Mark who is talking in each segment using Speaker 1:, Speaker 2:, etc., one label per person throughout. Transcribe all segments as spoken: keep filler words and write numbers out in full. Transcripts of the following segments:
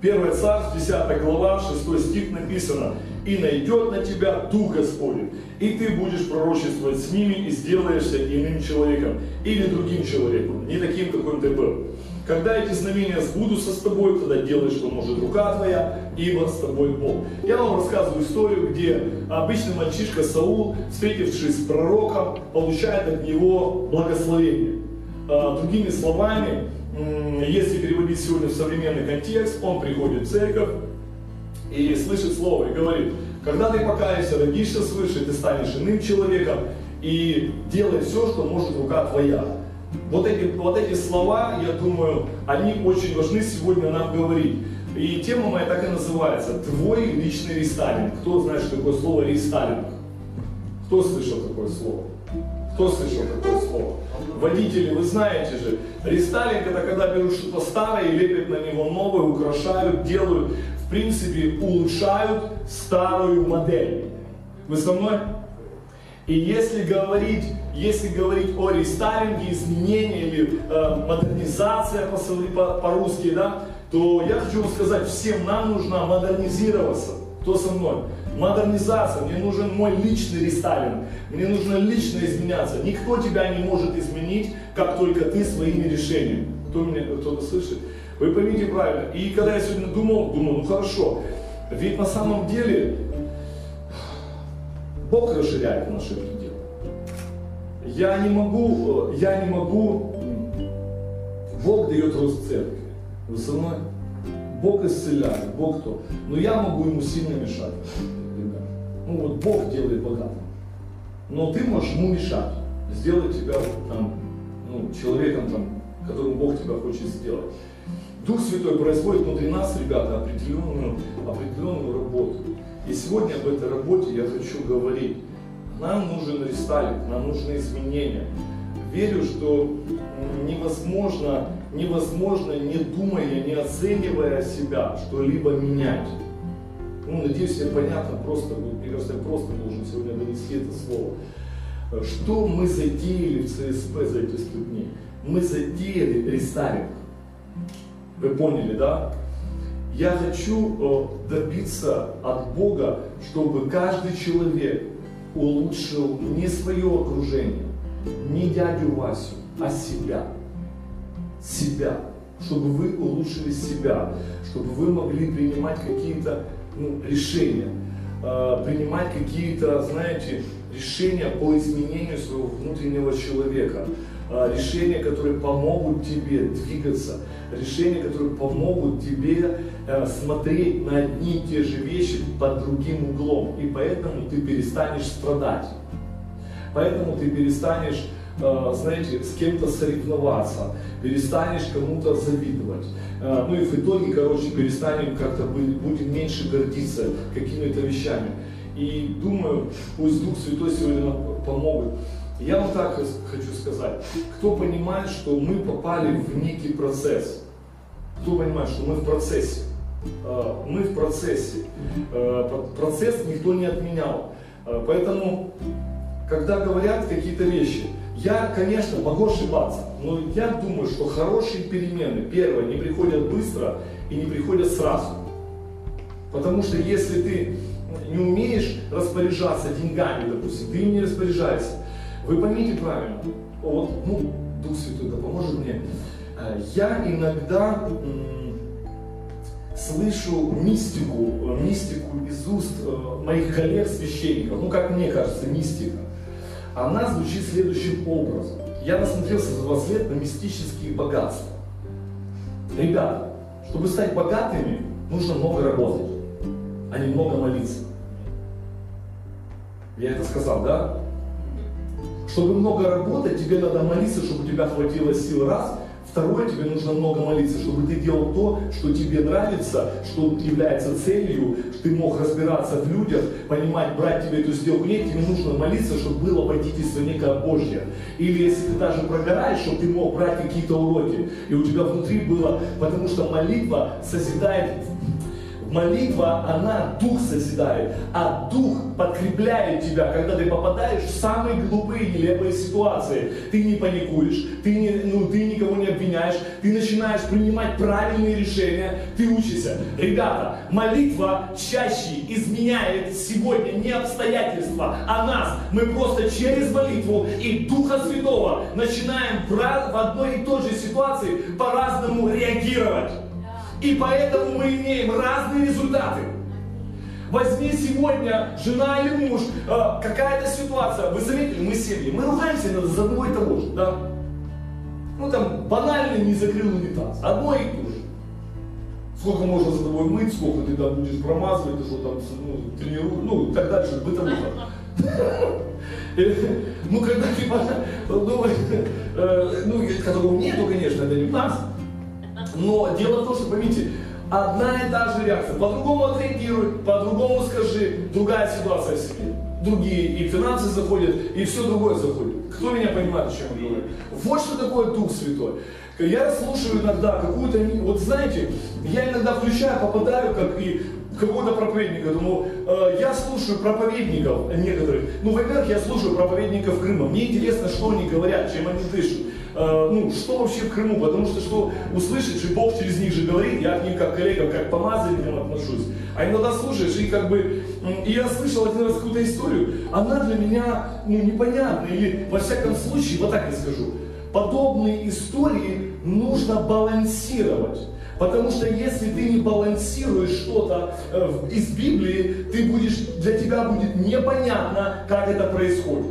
Speaker 1: первое Царств, десятая глава, шестой стих написано: «И найдет на тебя Дух Господень, и ты будешь пророчествовать с ними, и сделаешься иным человеком, или другим человеком, не таким, каким ты был. Когда эти знамения сбудутся с тобой, тогда делай, что может рука твоя, ибо с тобой Бог». Я вам рассказываю историю, где обычный мальчишка Саул, встретившись с пророком, получает от него благословение. Другими словами, если переводить сегодня в современный контекст, он приходит в церковь и слышит слово и говорит: когда ты покаешься, родишься свыше, ты станешь иным человеком, и делай все, что может рука твоя. Вот эти, вот эти слова, я думаю, они очень важны сегодня нам говорить. И тема моя так и называется: твой личный рестайлинг. Кто знает, что такое слово рестайлинг? Кто слышал такое слово? Кто слышал такое слово? Водители, вы знаете же, рестайлинг — это когда берут что-то старое и лепят на него новое, украшают, делают, в принципе, улучшают старую модель. Вы со мной? И если говорить, если говорить о рестайлинге, изменении или э, модернизация по-русски, да, то я хочу вам сказать, всем нам нужно модернизироваться. Кто со мной? Модернизация. Мне нужен мой личный рестайлинг. Мне нужно лично изменяться. Никто тебя не может изменить, как только ты своими решениями. Кто меня, кто-то слышит? Вы поймите правильно. И когда я сегодня думал, думал, ну хорошо, ведь на самом деле Бог расширяет наши пределы. Я не могу, я не могу, Бог дает рост церкви. Вы со мной? Бог исцеляет, Бог кто? Но я могу ему сильно мешать. Ну вот Бог делает богатым. Но ты можешь ему мешать, сделать тебя там, ну, человеком, там, которым Бог тебя хочет сделать. Дух Святой производит внутри нас, ребята, определенную, определенную работу. И сегодня об этой работе я хочу говорить. Нам нужен рестайлинг, нам нужны изменения. Верю, что невозможно, невозможно, не думая, не оценивая себя, что-либо менять. Ну, надеюсь, это понятно, просто, мне кажется, я просто должен сегодня донести это слово. Что мы затеяли в ЦСП за эти сто дней? Мы затеяли рестайлинг. Вы поняли, да? Я хочу добиться от Бога, чтобы каждый человек улучшил не свое окружение, не дядю Васю, а себя. Себя. Чтобы вы улучшили себя, чтобы вы могли принимать какие-то ну, решения, э, принимать какие-то, знаете, решения по изменению своего внутреннего человека, э, решения, которые помогут тебе двигаться, решения, которые помогут тебе э, смотреть на одни и те же вещи под другим углом, и поэтому ты перестанешь страдать, поэтому ты перестанешь, э, знаете, с кем-то соревноваться, перестанешь кому-то завидовать. Ну и в итоге, короче, перестанем как-то, будем меньше гордиться какими-то вещами. И думаю, пусть Дух Святой сегодня нам поможет. Я вам так хочу сказать, кто понимает, что мы попали в некий процесс, кто понимает, что мы в процессе, мы в процессе, процесс никто не отменял. Поэтому, когда говорят какие-то вещи, я, конечно, могу ошибаться, но я думаю, что хорошие перемены, первое, не приходят быстро и не приходят сразу. Потому что если ты не умеешь распоряжаться деньгами, допустим, ты им не распоряжаешься. Вы поймите правильно, вот, ну, Дух Святой, да поможет мне. Я иногда м, слышу мистику, мистику из уст моих коллег-священников, ну, как мне кажется, мистика. Она звучит следующим образом. Я насмотрелся за двадцать лет на мистические богатства. Ребята, чтобы стать богатыми, нужно много работать, а не много молиться. Я это сказал, да? Чтобы много работать, тебе надо молиться, чтобы у тебя хватило сил, раз. Второе, тебе нужно много молиться, чтобы ты делал то, что тебе нравится, что является целью, что ты мог разбираться в людях, понимать, брать тебе эту сделку. Нет, тебе нужно молиться, чтобы было водительство некое Божье. Или если ты даже прогораешь, чтобы ты мог брать какие-то уроки, и у тебя внутри было, потому что молитва созидает молитва, она дух созидает, а дух подкрепляет тебя, когда ты попадаешь в самые глупые, нелепые ситуации. Ты не паникуешь, ты, не, ну, ты никого не обвиняешь, ты начинаешь принимать правильные решения, ты учишься. Ребята, молитва чаще изменяет сегодня не обстоятельства, а нас. Мы просто через молитву и Духа Святого начинаем в одной и той же ситуации по-разному реагировать. И поэтому мы имеем разные результаты. Возьми сегодня жена или муж, э, какая-то ситуация, вы заметили, мы семьи, мы ругаемся за одного и того же, да? Ну там банально не закрыл унитаз, одно и то же. Сколько можно за тобой мыть, сколько ты там будешь промазывать, ты что там, ну, тренируешь, ну и так дальше, бытовуха. Ну когда ты, ну, которого нету, конечно, это не у нас. Но дело в том, что, поймите, одна и та же реакция. По-другому отреагируй, по-другому скажи, другая ситуация в себе. Другие и финансы заходят, и все другое заходит. Кто меня понимает, о чем я говорю? Вот что такое Дух Святой. Я слушаю иногда какую-то, вот знаете, я иногда включаю, попадаю, как и какого-то проповедника, думаю, э, я слушаю проповедников некоторых. Ну, во-первых, я слушаю проповедников Крыма. Мне интересно, что они говорят, чем они дышат. Э, ну, что вообще в Крыму, потому что, что услышишь, и Бог через них же говорит, я к ним как коллегам, как помазанникам отношусь. А иногда слушаешь, и как бы, и я слышал один раз какую-то историю, она для меня, ну, непонятна, или, во всяком случае, вот так я скажу, подобные истории нужно балансировать. Потому что если ты не балансируешь что-то э, из Библии, ты будешь, для тебя будет непонятно, как это происходит.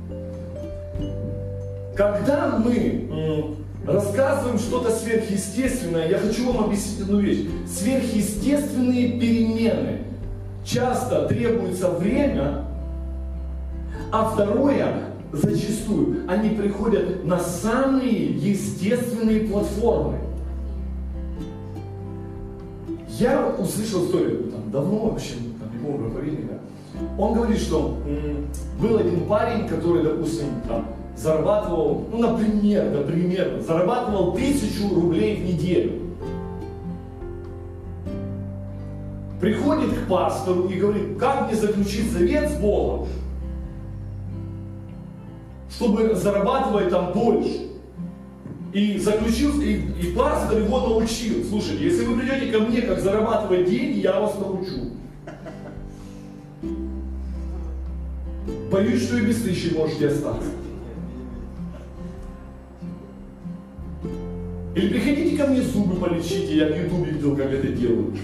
Speaker 1: Когда мы м, рассказываем что-то сверхъестественное, я хочу вам объяснить одну вещь. Сверхъестественные перемены часто требуется время, а второе, зачастую, они приходят на самые естественные платформы. Я услышал историю, там, давно, в общем, там, не помню, проповедника. Он говорит, что м, был один парень, который, допустим, там, зарабатывал, ну, например, например, зарабатывал тысячу рублей в неделю. Приходит к пастору и говорит, как мне заключить завет с Богом, чтобы зарабатывать там больше. И заключил, и, и пастор его научил. Слушайте, если вы придете ко мне, как зарабатывать деньги, я вас научу. Боюсь, что и без тысячи можете остаться. Или приходите ко мне, зубы полечите, я в ютубе видел, как это делают.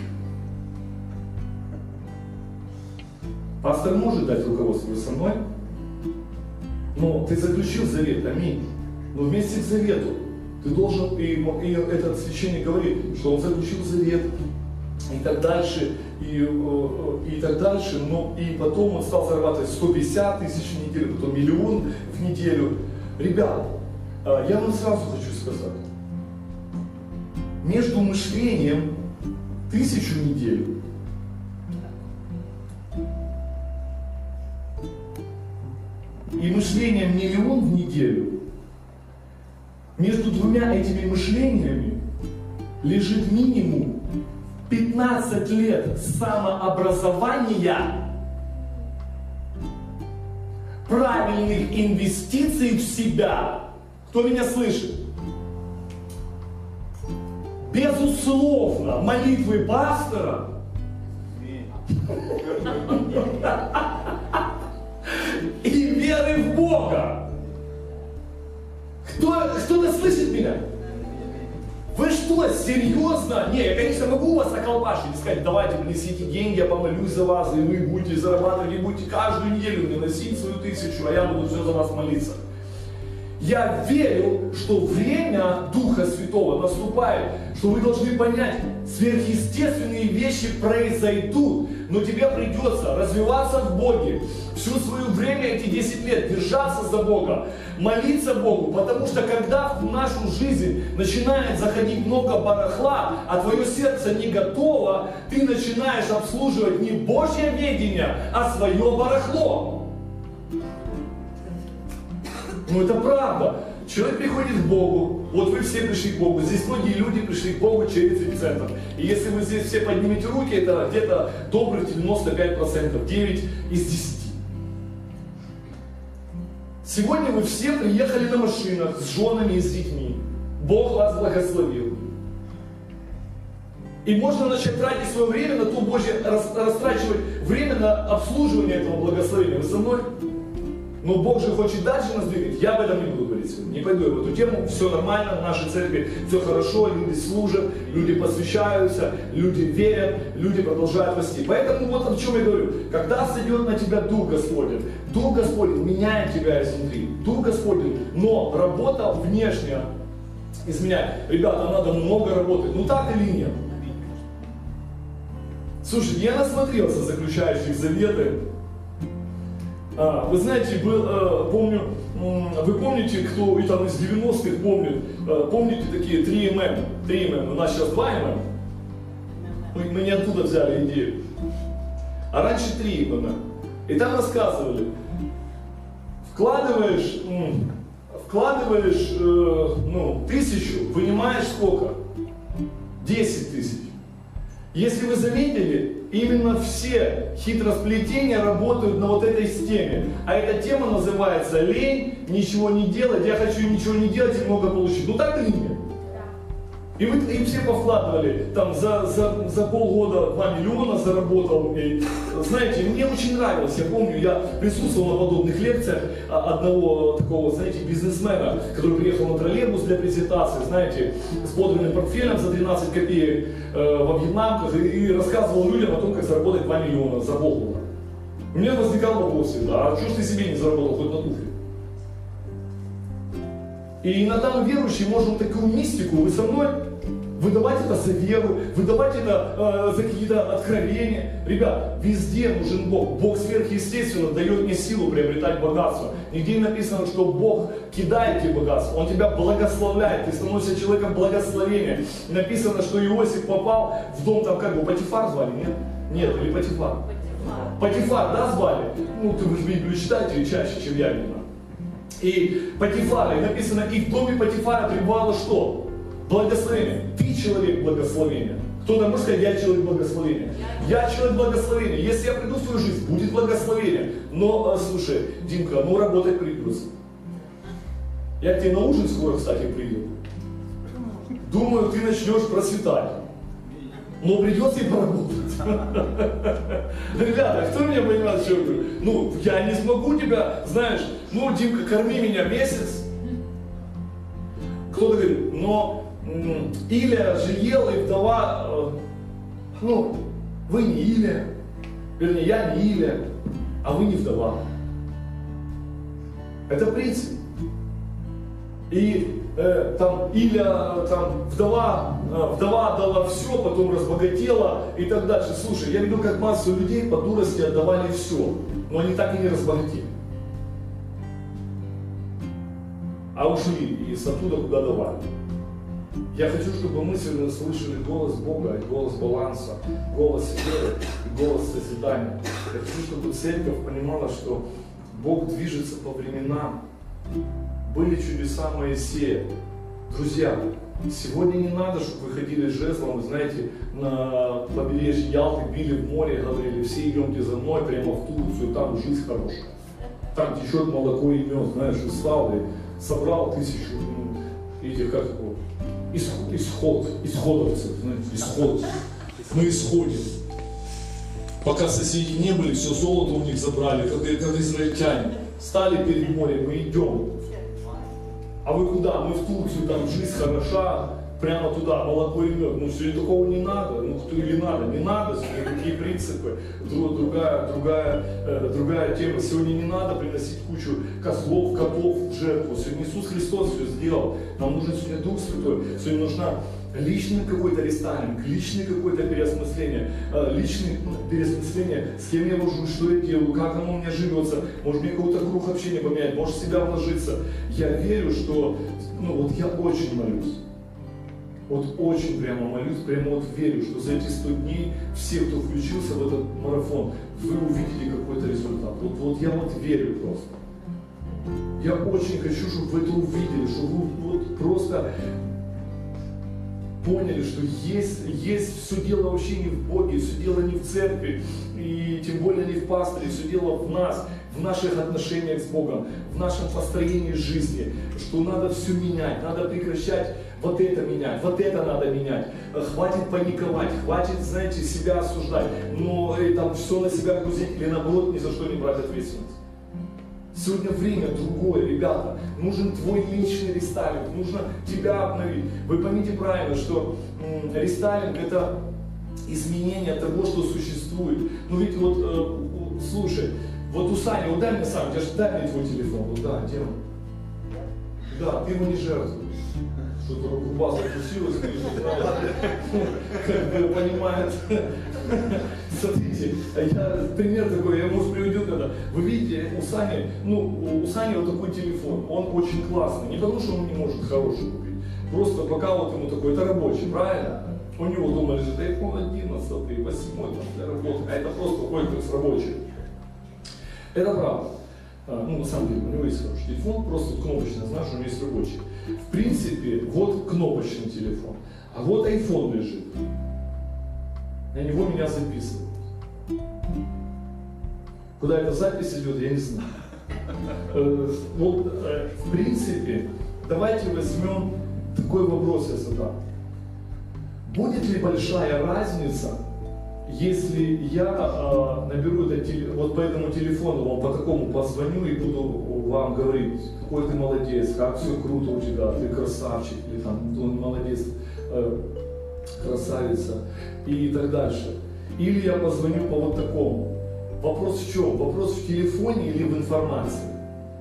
Speaker 1: Пастор может дать руководство со мной, но ты заключил завет, аминь. Но вместе к завету ты должен, и, и этот священник говорит, что он заключил завет, и так дальше, и, и так дальше, но и потом он стал зарабатывать сто пятьдесят тысяч в неделю, потом миллион в неделю. Ребят, я вам сразу хочу сказать, между мышлением тысячу в неделю и мышлением миллион в неделю, между двумя этими мышлениями лежит минимум пятнадцать лет самообразования, правильных инвестиций в себя. Кто меня слышит? Безусловно, молитвы пастора и веры в Бога. Кто, кто-то слышит меня? Вы что, серьезно? Не, я, конечно, могу вас околбашить и сказать, давайте принесите деньги, я помолюсь за вас, и вы будете зарабатывать, и будете каждую неделю мне носить свою тысячу, а я буду все за вас молиться. Я верю, что время Духа Святого наступает, что вы должны понять, сверхъестественные вещи произойдут, но тебе придется развиваться в Боге, всю свое время, эти десять лет, держаться за Бога, молиться Богу, потому что когда в нашу жизнь начинает заходить много барахла, а твое сердце не готово, ты начинаешь обслуживать не Божье ведение, а свое барахло. Ну это правда. человек приходит к Богу, вот вы все пришли к Богу, здесь многие люди пришли к Богу через рецептор. И если вы здесь все поднимете руки, это где-то добрых девяносто пять процентов, девять из десяти. Сегодня вы все приехали на машинах с женами и с детьми. Бог вас благословил. И можно начать тратить свое время на то Божье, растрачивать время на обслуживание этого благословения. Вы со мной? Но Бог же хочет дальше нас двигать. Я об этом не буду говорить сегодня. Не пойду я в эту тему. Все нормально, в нашей церкви все хорошо, люди служат, люди посвящаются, люди верят, люди продолжают расти. Поэтому вот о чем я говорю. Когда сойдет на тебя Дух Господень, Дух Господень меняет тебя изнутри. Дух Господень, но работа внешняя изменяет. Ребята, надо много работать. Ну так или нет? Слушайте, я насмотрелся заключающих заветы. А, вы знаете, был, э, помню, э, вы помните, кто и там из девяностых помнит, э, помните такие три эм эм, три эм эм, у нас сейчас два эм эм, мы, мы не оттуда взяли идею, а раньше три эм эм. И там рассказывали, вкладываешь, э, вкладываешь э, ну, тысячу, вынимаешь сколько? десять тысяч. Если вы заметили, именно все хитросплетения работают на вот этой теме. А эта тема называется лень, ничего не делать, я хочу ничего не делать и много получить. Ну так или нет? И вы им все повкладывали, там за, за, за полгода два миллиона заработал. И, знаете, мне очень нравилось, я помню, я присутствовал на подобных лекциях одного такого, знаете, бизнесмена, который приехал на троллейбус для презентации, знаете, с подлинным портфелем за тринадцать копеек э, во вьетнамках и, и рассказывал людям о том, как заработать два миллиона за полгода. У меня возникал вопрос всегда, а что ж ты себе не заработал хоть на туфли? И иногда мы верующие можем такую мистику, вы со мной, выдавать это за веру, выдавать это э, за какие-то откровения. Ребят, везде нужен Бог. Бог сверхъестественно дает мне силу приобретать богатство. Нигде не написано, что Бог кидает тебе богатство, Он тебя благословляет, ты становишься человеком благословения. Написано, что Иосиф попал в дом, там как бы Потифар звали, нет? Нет, или Потифар? Потифар, Потифар, да, звали? Ну, ты вы же Библию читаете чаще, чем я, видно. И Потифара, и написано, и в доме Потифара пребывало что? Благословение. Ты человек благословения. Кто-то может сказать, я человек благословения. Я человек благословения. Если я приду в твою жизнь, будет благословение. Но, слушай, Димка, ну работать придется. Я к тебе на ужин скоро, кстати, приду. Думаю, ты начнешь процветать. Но придется и поработать. Ребята, кто меня понимает, что я говорю? Ну, я не смогу тебя, знаешь, ну, Димка, корми меня месяц. Кто-то говорит, но м, Илия же ел, и вдова, э, ну, вы не Илия, вернее, я не Илия, а вы не вдова. Это принцип. И э, там Илия, там вдова, э, вдова отдала все, потом разбогатела и так дальше. Слушай, я видел, как массу людей по дурости отдавали все, но они так и не разбогатели. А ушли из оттуда, куда давали. Я хочу, чтобы мы сегодня слышали голос Бога, голос баланса, голос веры, голос созидания. Я хочу, чтобы церковь понимала, что Бог движется по временам. Были чудеса Моисея. Друзья, сегодня не надо, чтобы вы ходили с жезлом, знаете, на побережье Ялты, били в море, говорили, все идемте за мной прямо в Турцию, там жизнь хорошая. Там течет молоко и мед, знаешь, и стал, и собрал тысячу, ну, этих как его, исход, исход, исходовцев, знаете, исход. Мы исходим. Пока соседи не были, все золото у них забрали, как, как израильтяне. Стали перед морем, мы идем. А вы куда? Мы в Турцию, там жизнь хороша, прямо туда, молоко и мед. Ну, сегодня такого не надо, ну, кто или надо, не надо, сегодня какие принципы. Другая, другая, э, другая тема. Сегодня не надо приносить кучу козлов, котов в жертву. Сегодня Иисус Христос все сделал. Нам нужен сегодня Дух Святой. Сегодня нужна личный какой-то рестайлинг, личное какое-то переосмысление, личное переосмысление, с кем я вожу, что я делаю, как оно у меня живется, может мне какой-то круг общения поменять, может в себя вложиться. Я верю, что, ну вот я очень молюсь, вот очень прямо молюсь, прямо вот верю, что за эти сто дней все, кто включился в этот марафон, вы увидели какой-то результат. Вот, вот я вот верю просто. Я очень хочу, чтобы вы это увидели, чтобы вы вот просто поняли, что есть, есть все дело вообще не в Боге, все дело не в церкви, и тем более не в пасторе, все дело в нас, в наших отношениях с Богом, в нашем построении жизни, что надо все менять, надо прекращать вот это менять, вот это надо менять, хватит паниковать, хватит, знаете, себя осуждать, но и там все на себя грузить или наоборот ни за что не брать ответственность. Сегодня время другое, ребята. Нужен твой личный рестайлинг, нужно тебя обновить. Вы поймите правильно, что м, рестайлинг это изменение того, что существует. Ну ведь вот, э, слушай, вот у Сани, вот дай мне сам, я же дай мне твой телефон. Вот, да, где он? Да, ты его не жертвуешь. Что-то рука закусилась, как бы понимает. Смотрите, я, пример такой, я, может, приведу когда. Вы видите, у Сани, ну, у Сани вот такой телефон, он очень классный. Не потому, что он не может хороший купить, просто пока вот ему такой, это рабочий, правильно? У него дома лежит айфон одиннадцать, восемь для работы, а это просто комплекс рабочий. Это правда. Ну, на самом деле, у него есть хороший телефон, просто кнопочный, знаешь, у него есть рабочий. В принципе, вот кнопочный телефон, а вот айфон лежит. На него меня записывают. Куда эта запись идет, я не знаю. Вот, в принципе, давайте возьмем такой вопрос, я задам. Будет ли большая разница, если я наберу этот, вот по этому телефону, вам по такому позвоню и буду вам говорить, какой ты молодец, как все круто у тебя, ты красавчик, или там, ты молодец, красавица и так дальше. Или я позвоню по вот такому. Вопрос в чем? Вопрос в телефоне или в информации?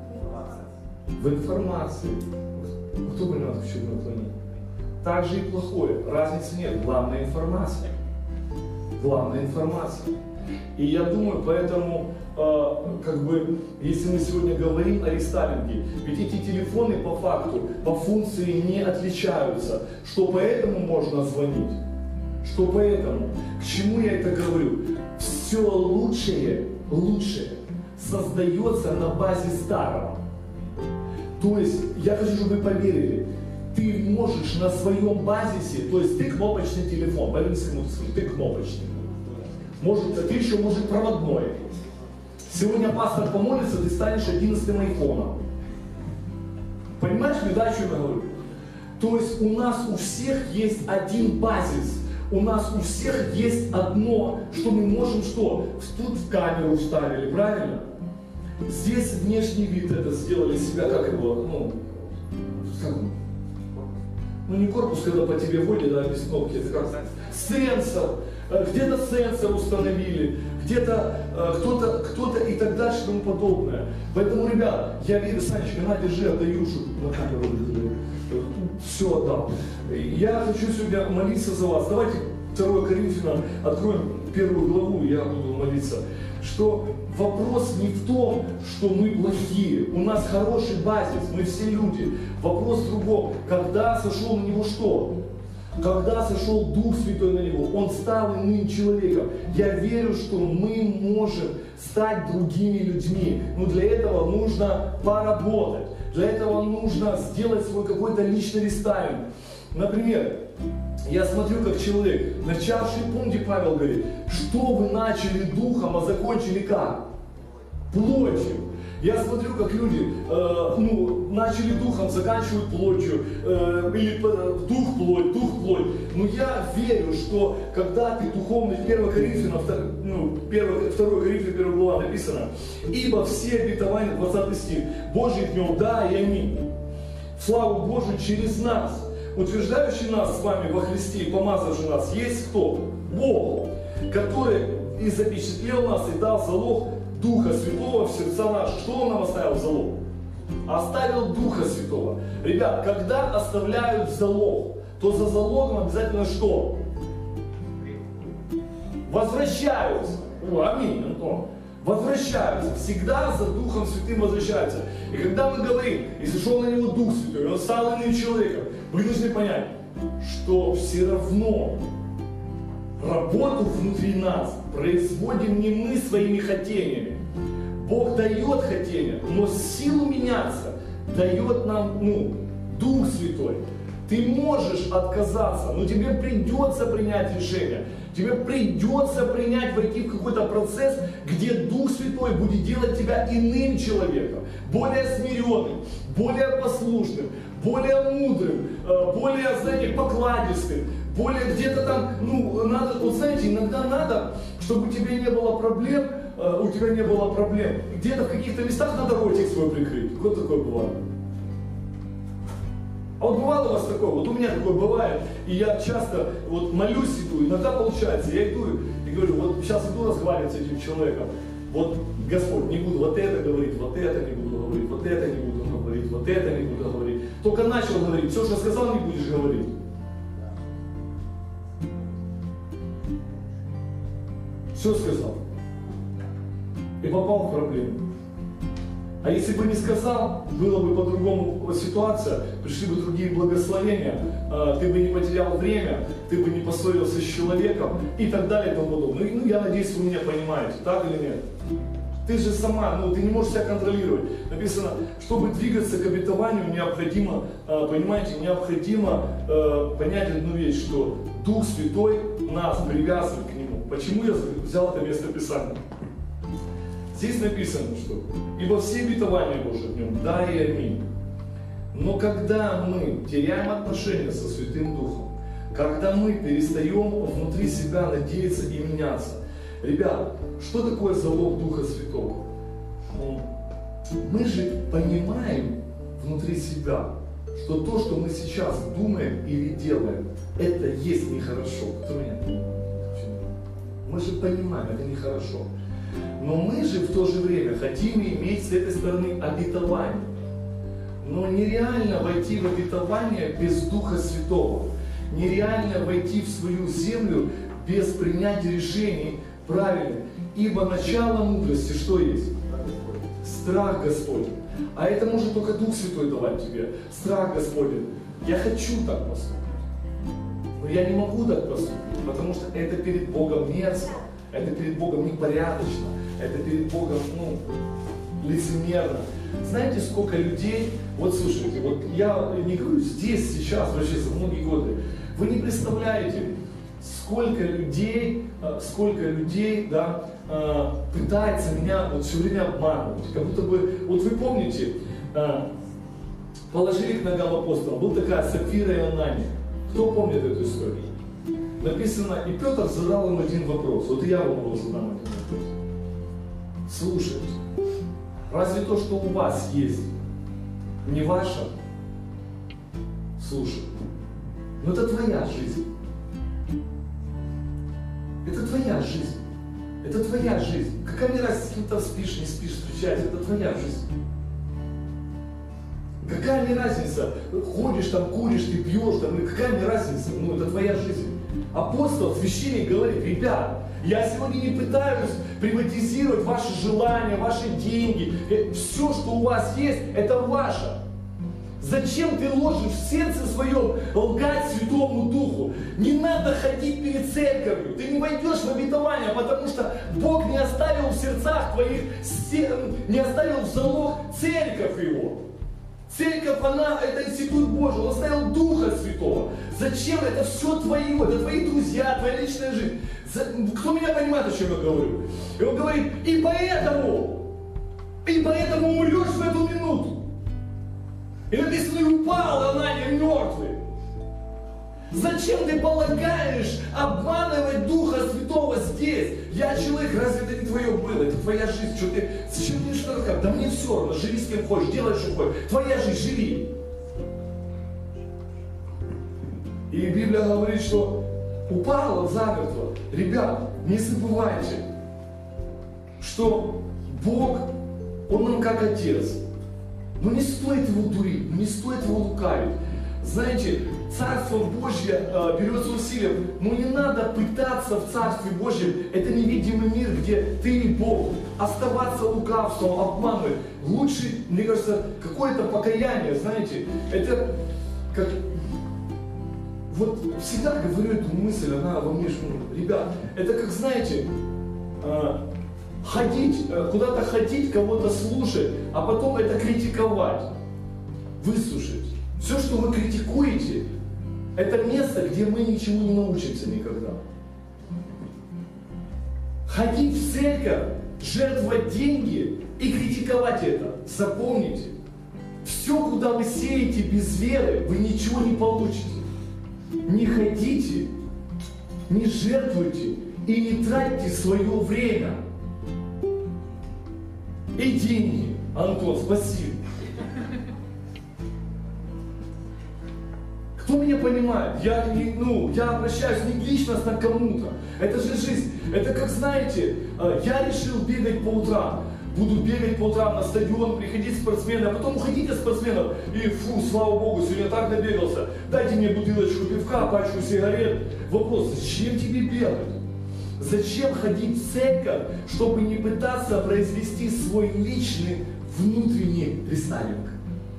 Speaker 1: В информации. Кто понимает, к чему я клоню? Так же и плохое. Разницы нет. Главная информация. Главная информация. И я думаю, поэтому, э, как бы, если мы сегодня говорим о рестайлинге, ведь эти телефоны по факту, по функции не отличаются, что поэтому можно звонить, что поэтому. К чему я это говорю? Все лучшее, лучшее создается на базе старого. То есть, я хочу, чтобы вы поверили, ты можешь на своем базисе, то есть ты кнопочный телефон, поверьте, ты кнопочный. Может, ты еще, может, проводной. Сегодня пастор помолится, ты станешь одиннадцатым айфоном. Понимаешь, ли, да, о чем я говорю? То есть у нас у всех есть один базис. У нас у всех есть одно, что мы можем что? Тут в камеру вставили, правильно? Здесь внешний вид это сделали себя, как его, ну, как, ну не корпус, когда по тебе водят, да, без кнопки, это как сенсор. Где-то сенсор установили, где-то э, кто-то, кто-то и так дальше и тому подобное. Поэтому, ребят, я верю, Санечка, на, держи, отдаю, чтобы на камеру все отдал. Я хочу сегодня молиться за вас. Давайте второе Коринфянам откроем первую главу, я буду молиться. Что вопрос не в том, что мы плохие, у нас хороший базис, мы все люди. Вопрос в другом, когда сошел на него что? Когда сошел Дух Святой на него, он стал иным человеком. Я верю, что мы можем стать другими людьми. Но для этого нужно поработать. Для этого нужно сделать свой какой-то личный рестайлинг. Например, я смотрю, как человек, начавший, помните, Павел говорит, что вы начали духом, а закончили как? Плотью. Я смотрю, как люди э, ну, начали духом, заканчивают плотью, э, или э, дух плоть, дух плоть. Но я верю, что когда ты духовный, первое Коринфянам, ну, второе Коринфянам, первая глава написано, ибо все обетования, двадцатый стих, Божий днем, да и аминь. Славу Божию через нас, утверждающий нас с вами во Христе и помазавший нас, есть кто? Бог, который и запечатлел нас и дал залог Духа Святого в сердца наши. Что Он нам оставил в залог? Оставил Духа Святого. Ребят, когда оставляют залог, то за залогом обязательно что? Возвращаются. О, аминь, Антон. Возвращаются. Всегда за Духом Святым возвращаются. И когда мы говорим, и сошел на него Дух Святой, и он стал иным человеком, вы должны понять, что все равно работу внутри нас производим не мы своими хотениями. Бог дает хотение, но силу меняться дает нам, ну, Дух Святой. Ты можешь отказаться, но тебе придется принять решение. Тебе придется принять, войти в какой-то процесс, где Дух Святой будет делать тебя иным человеком, более смиренным, более послушным, более мудрым, более, знаете, покладистым, более где-то там, ну, надо, вот знаете, иногда надо, чтобы у тебя не было проблем, у тебя не было проблем. Где-то в каких-то местах надо ротик свой прикрыть. Вот такое бывает. А вот бывало у вас такое? Вот у меня такое бывает, и я часто вот молюсь, иду, иногда получается, я иду и говорю, вот сейчас иду разговаривать с этим человеком, вот Господь, не буду вот это говорить, вот это не буду говорить, вот это не буду говорить, вот это не буду говорить. Только начал говорить, все, что сказал, не будешь говорить. Все сказал. И попал в проблему. А если бы не сказал, была бы по-другому ситуация, пришли бы другие благословения, ты бы не потерял время, ты бы не поссорился с человеком и так далее и тому подобное. Ну, я надеюсь, вы меня понимаете, так или нет? Ты же сама, ну, ты не можешь себя контролировать. Написано, чтобы двигаться к обетованию, необходимо, понимаете, необходимо понять одну вещь, что Дух Святой нас привязывает к Нему. Почему я взял это место Писания? Здесь написано, что «Ибо все обетования Божьи в нем, да и аминь». Но когда мы теряем отношения со Святым Духом, когда мы перестаем внутри себя надеяться и меняться, ребят, что такое залог Духа Святого? Мы же понимаем внутри себя, что то, что мы сейчас думаем или делаем, это есть нехорошо. Кто меня? Мы же понимаем, это нехорошо. Но мы же в то же время хотим иметь с этой стороны обетование. Но нереально войти в обетование без Духа Святого. Нереально войти в свою землю без принятия решений правильных. Ибо начало мудрости что есть? Страх Господень. А это может только Дух Святой давать тебе. Страх Господень. Я хочу так поступить. Но я не могу так поступить, потому что это перед Богом мерзко. Это перед Богом непорядочно, это перед Богом, ну, лицемерно. Знаете, сколько людей, вот слушайте, вот я не говорю здесь, сейчас, вообще за многие годы, вы не представляете, сколько людей, сколько людей, да, пытается меня вот все время обманывать. Как будто бы, вот вы помните, положили к ногам апостола, была такая Сапфира и Анания. Кто помнит эту историю? Написано, и Петр задал им один вопрос. Вот и я вам его задам один вопрос. Слушайте, разве то, что у вас есть, не ваше? Слушай, но это твоя жизнь. Это твоя жизнь. Это твоя жизнь. Какая мне разница, с кем-то спишь, не спишь, встречаешься, это твоя жизнь. Какая мне разница, ходишь там, куришь, ты пьешь, там, какая мне разница, ну это твоя жизнь. Апостол, священник говорит, ребят, я сегодня не пытаюсь приватизировать ваши желания, ваши деньги, все, что у вас есть, это ваше. Зачем ты ложишь в сердце своем лгать Святому Духу? Не надо ходить перед церковью, ты не войдешь в обетование, потому что Бог не оставил в сердцах твоих, не оставил в залог церковь его. Церковь, она, это институт Божий, он оставил Духа Святого. Зачем? Это все твое, это твои друзья, твоя личная жизнь. Кто меня понимает, о чем я говорю? И он говорит, и поэтому, и поэтому умрешь в эту минуту. И написано, и упал Анания мертвый. Зачем ты полагаешь обманывать Духа Святого здесь? Я человек, разве это не твое было? Это твоя жизнь. Что ты, зачем ты что рассказываешь? Да мне все равно, живи с кем хочешь, делай, что хочешь. Твоя жизнь, живи. И Библия говорит, что упал он замертво. Ребят, не забывайте, что Бог, Он нам как Отец. Но не стоит Его дурить, не стоит Его лукавить. Знаете, Царство Божье э, берется усилием, но не надо пытаться в Царстве Божьем, это невидимый мир, где ты и Бог, оставаться лукавством, обманывать. Лучше, мне кажется, какое-то покаяние, знаете, это как, вот всегда говорю эту мысль, она во мне, что, ребят, это как, знаете, э, ходить, куда-то ходить, кого-то слушать, а потом это критиковать, выслушать. Все, что вы критикуете, это место, где мы ничему не научимся никогда. Ходить в церковь, жертвовать деньги и критиковать это. Запомните, все, куда вы сеете без веры, вы ничего не получите. Не ходите, не жертвуйте и не тратьте свое время и деньги. Антон, спасибо. Кто меня понимает? Я, не, ну, я обращаюсь не личностно к кому-то. Это же жизнь. Это как, знаете, я решил бегать по утрам. Буду бегать по утрам на стадион, приходить спортсмены, а потом уходить от спортсменов. И фу, слава Богу, сегодня так набегался. Дайте мне бутылочку пивка, пачку сигарет. Вопрос, зачем тебе бегать? Зачем ходить в церковь, чтобы не пытаться произвести свой личный внутренний рестайлинг?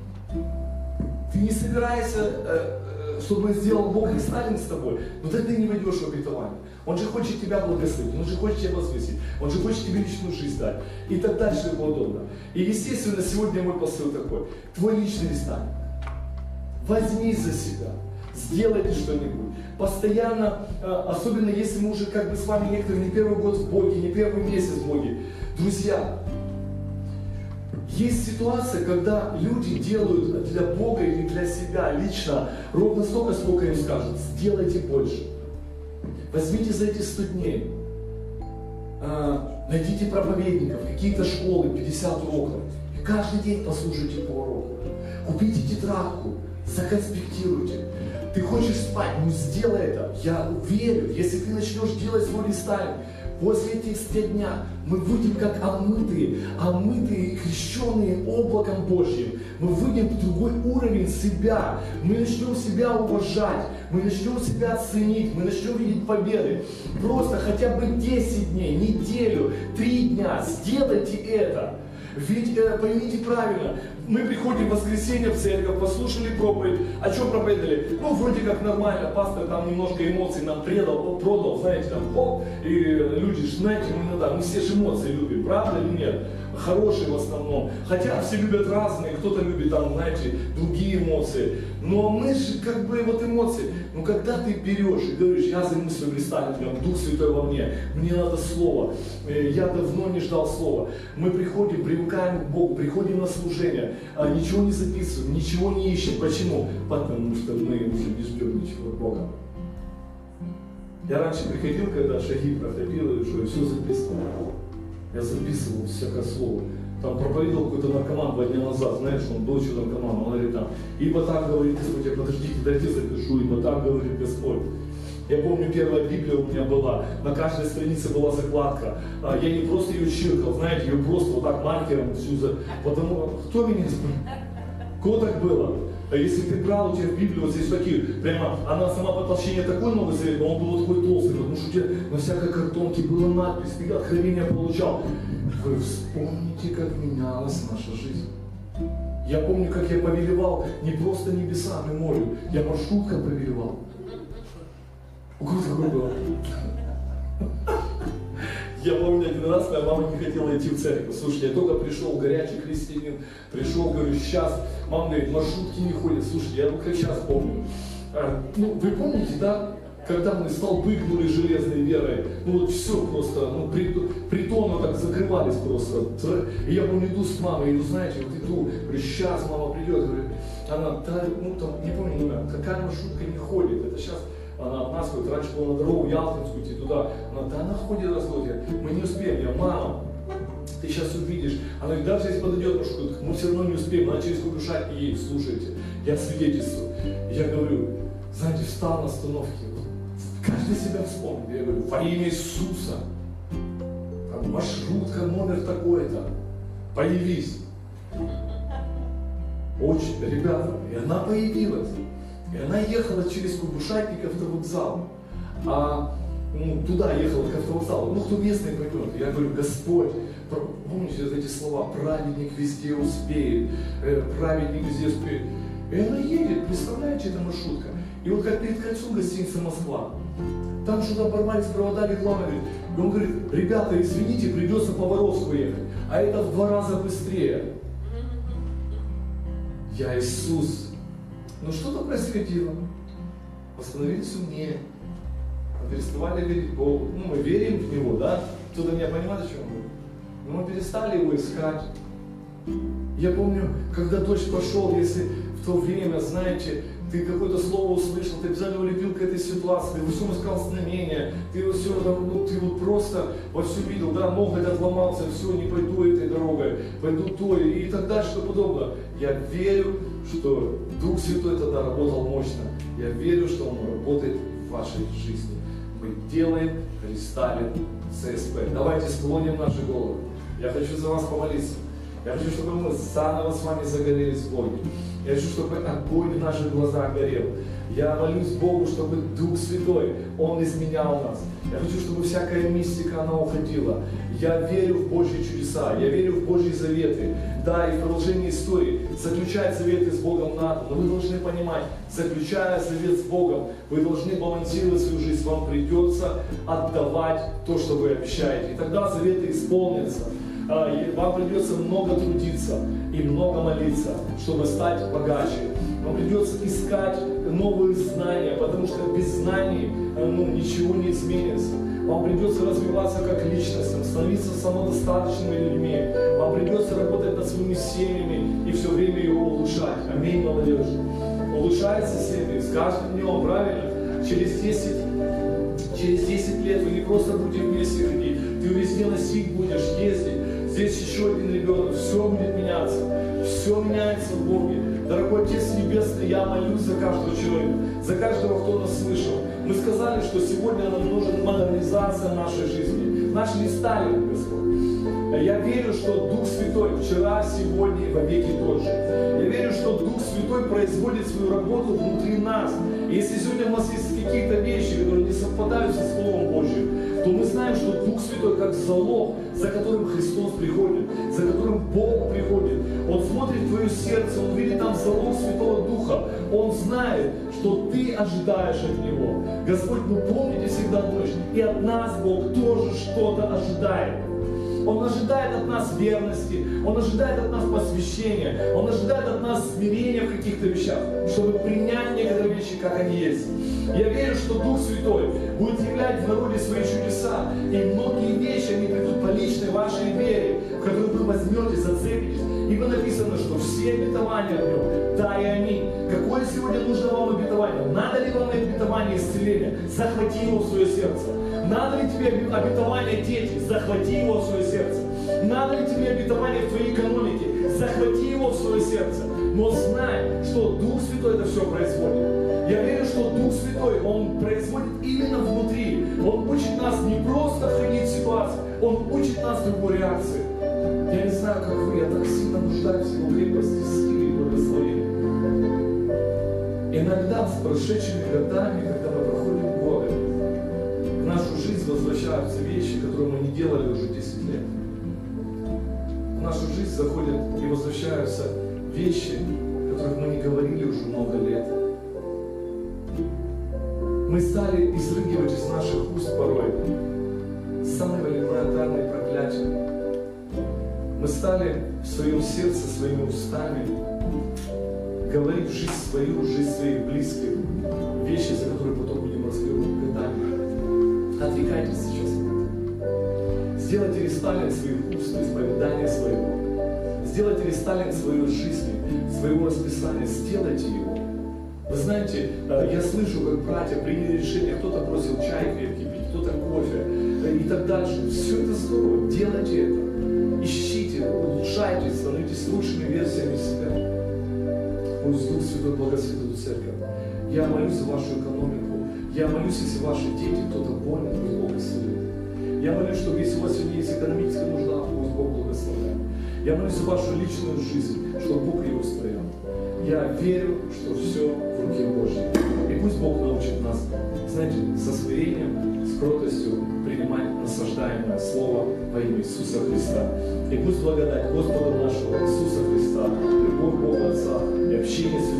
Speaker 1: Ты не собираешься, чтобы сделал Бог рестайлинг с тобой, но тогда ты не войдешь в обетование. Он же хочет тебя благословить, он же хочет тебя возвысить, он же хочет тебе личную жизнь дать. И так дальше и подобное. И естественно, сегодня мой посыл такой. Твой личный рестайлинг. Возьмись за себя. Сделайте что-нибудь. Постоянно, особенно если мы уже как бы с вами некоторые не первый год в Боге, не первый месяц в Боге. Друзья, есть ситуация, когда люди делают для Бога или для себя лично ровно столько, сколько им скажут. Сделайте больше. Возьмите за эти сто дней. Найдите проповедников, какие-то школы, пятьдесят уроков. И каждый день послушайте по уроку. Купите тетрадку, законспектируйте. Ты хочешь спать, ну сделай это. Я верю, если ты начнешь делать свой рестайлинг, после этих ста дня мы выйдем как омытые, омытые, крещенные облаком Божьим. Мы выйдем в другой уровень себя. Мы начнем себя уважать, мы начнем себя ценить, мы начнем видеть победы. Просто хотя бы десять дней, неделю, три дня сделайте это. Ведь э, поймите правильно, мы приходим в воскресенье в церковь, послушали проповедь, о чем проповедовали? Ну, вроде как нормально, пастор там немножко эмоций нам предал, продал, знаете, там, хоп, и люди, знаете, мы иногда, мы все же эмоции любим, правда или нет? Хорошие в основном, хотя все любят разные, кто-то любит там, знаете, другие эмоции, но мы же как бы вот эмоции, ну когда ты берешь и говоришь, я займусь своим рестайлингом, Дух Святой во мне, мне надо слово, я давно не ждал слова, мы приходим, привыкаем к Богу, приходим на служение, ничего не записываем, ничего не ищем, почему? Потому что мы уже не ждем ничего от Бога. Я раньше приходил, когда шаги проходил, что я все записывал. Я записывал всякое слово. Там проповедовал какой-то наркоман два дня назад, знаешь, он был еще наркоман, он говорит там, ибо так говорит Господь, я подождите, дайте запишу, ибо так говорит Господь. Я помню, первая Библия у меня была, на каждой странице была закладка. Я не просто ее чиркал, знаете, ее просто вот так маркером всю за... Потому, кто меня спрашивает? Кого так было? А если ты брал, у тебя в Библии вот здесь такие, прямо, она сама по толщине такой Новый Завет, но он был такой толстый, потому что у тебя на всякой картонке была надпись, ты откровения получал. Вы вспомните, как менялась наша жизнь. Я помню, как я повелевал не просто небесами морю, я маршруткой повелевал. У кого такое было? Я помню, один раз моя мама не хотела идти в церковь. Слушайте, я только пришел, горячий христианин, пришел, говорю, сейчас, мама говорит, маршрутки не ходят. Слушайте, я как сейчас помню. А, ну, вы помните, да, когда мы столбы гнули железной верой, ну вот все просто, ну притоны так закрывались просто. И я помню, иду с мамой, иду, знаете, вот иду, говорю, сейчас мама придет, говорю, она, да, ну там, не помню, ну, какая маршрутка не ходит, это сейчас. Она от нас ходит, раньше была на дорогу Ялтинскую идти туда. Она, да она ходит, разходит. Мы не успеем. Я, мама, ты сейчас увидишь. Она говорит, даже если подойдет маршрутка, мы все равно не успеем. Надо через Кугушать и едет, слушайте. Я свидетельствую. Я говорю, знаете, встал на остановке. Каждый себя вспомнил. Я говорю, во имя Иисуса. Там маршрутка, номер такой-то. Появись. Очень, ребята, и она появилась. И она ехала через Кугушатник к автовокзалу, а ну, туда ехала к автовокзалу. Ну, кто местный поймет. Я говорю, Господь, помните эти слова, праведник везде успеет, праведник везде успеет. И она едет, представляете, это маршрутка. И вот как перед кольцом гостиницы Москва. Там что-то оборвались провода рекламы. И он говорит, ребята, извините, придется по Воровску ехать. А это в два раза быстрее. Я Иисус. Ну что-то происходило. Восстановились умнее. Мы переставали верить Богу. Ну, мы верим в Него, да? Кто-то меня понимает, о чем я говорю? Но мы перестали Его искать. Я помню, когда дождь пошел, если в то время, знаете, ты какое-то слово услышал, ты обязательно улепил к этой ситуации, ты во всем искал знамения, ты во все, ну, ты вот просто во все видел, да, ноготь отломался, все, не пойду этой дорогой, пойду той, и так дальше, что подобное. Я верю, что Дух Святой тогда работал мощно. Я верю, что Он работает в вашей жизни. Мы делаем, перестали ЦСП. Давайте склоним наши головы. Я хочу за вас помолиться. Я хочу, чтобы мы заново с вами загорелись в Боге. Я хочу, чтобы огонь в наших глазах горел. Я молюсь Богу, чтобы Дух Святой, Он изменял нас. Я хочу, чтобы всякая мистика, она уходила. Я верю в Божьи чудеса, я верю в Божьи заветы. Да, и в продолжении истории заключать заветы с Богом надо, но вы должны понимать, заключая завет с Богом, вы должны балансировать свою жизнь. Вам придется отдавать то, что вы обещаете. И тогда заветы исполнятся. Вам придется много трудиться и много молиться, чтобы стать богаче. Вам придется искать новые знания, потому что без знаний ну, ничего не изменится. Вам придется развиваться как личностям, становиться самодостаточными людьми. Вам придется работать над своими семьями и все время его улучшать. Аминь, молодежь. Улучшается семьи с каждым днем, правильно? Через десять, через десять лет вы не просто будете вместе ходить, ты везде носить будешь, ездить. Здесь еще один ребенок, все будет меняться, все меняется в Боге. Дорогой Отец Небесный, я молюсь за каждого человека, за каждого, кто нас слышал. Мы сказали, что сегодня нам нужна модернизация нашей жизни. Наш не Сталин, Господь. Я верю, что Дух Святой вчера, сегодня и во веки тот же. Я верю, что Дух Святой производит свою работу внутри нас. И если сегодня у нас есть какие-то вещи, которые не совпадают со Словом Божьим, то мы знаем, что Дух Святой как залог, за которым Христос приходит, за которым Бог приходит. Он смотрит в твое сердце, Он видит там залог Святого Духа. Он знает, что ты ожидаешь от Него. Господь, ну помните всегда ночь, и от нас Бог тоже что-то ожидает. Он ожидает от нас верности, Он ожидает от нас посвящения, Он ожидает от нас смирения в каких-то вещах, чтобы принять некоторые вещи, как они есть. Я верю, что Дух Святой будет являть в народе свои чудеса, и многие вещи, они придут по личной вашей вере, в которую вы возьмете, зацепитесь. Ибо написано, что все обетования от Него, да и аминь. Какое сегодня нужно вам обетование? Надо ли вам обетование исцеления? Захвати его в свое сердце. Надо ли тебе обетование дети? Захвати его в свое сердце. Надо ли тебе обетование в твоей экономике? Захвати его в свое сердце. Но знай, что Дух Святой это все производит. Я верю, что Дух Святой, Он производит именно внутри. Он учит нас не просто входить в ситуацию, Он учит нас его реакции. Я не знаю, как вы, я так сильно нуждаюсь в Его крепости, силе и благословении. Иногда с прошедшими годами, когда мы проходим годы, в нашу жизнь возвращаются вещи, которые мы не делали уже десять лет. В нашу жизнь заходят и возвращаются вещи, о которых мы не говорили уже много лет. Мы стали изрыгивать из наших уст порой самые элементарные проклятия. Мы стали в своем сердце, своими устами говорить жизнь свою, жизнь своих близких, вещи, за которые потом будем разбирать годами. Отрекайтесь сейчас от этого. Сделайте рестайлинг своих уст, исповедания своего. Сделайте рестайлинг своей жизни, своего расписания. Сделайте его. Вы знаете, я слышу, как братья приняли решение, кто-то бросил чай крепкий пить, кто-то кофе и так дальше. Все это здорово. Делайте это. Ищите, улучшайтесь, становитесь лучшими версиями себя. Пусть Дух Святой благословит эту церковь. Я молюсь за вашу экономику. Я молюсь, если ваши дети, кто-то болен, пусть Бог исцелит. Я молюсь, чтобы если у вас сегодня есть экономическая нужда, пусть Бог благословляет. Я молюсь за вашу личную жизнь, чтобы Бог ее устроил. Я верю, что все в руке Божьей. И пусть Бог научит нас, знаете, со смирением, с кротостью принимать насаждаемое Слово во имя Иисуса Христа. И пусть благодать Господа нашего Иисуса Христа, любовь Бога Отца и общение с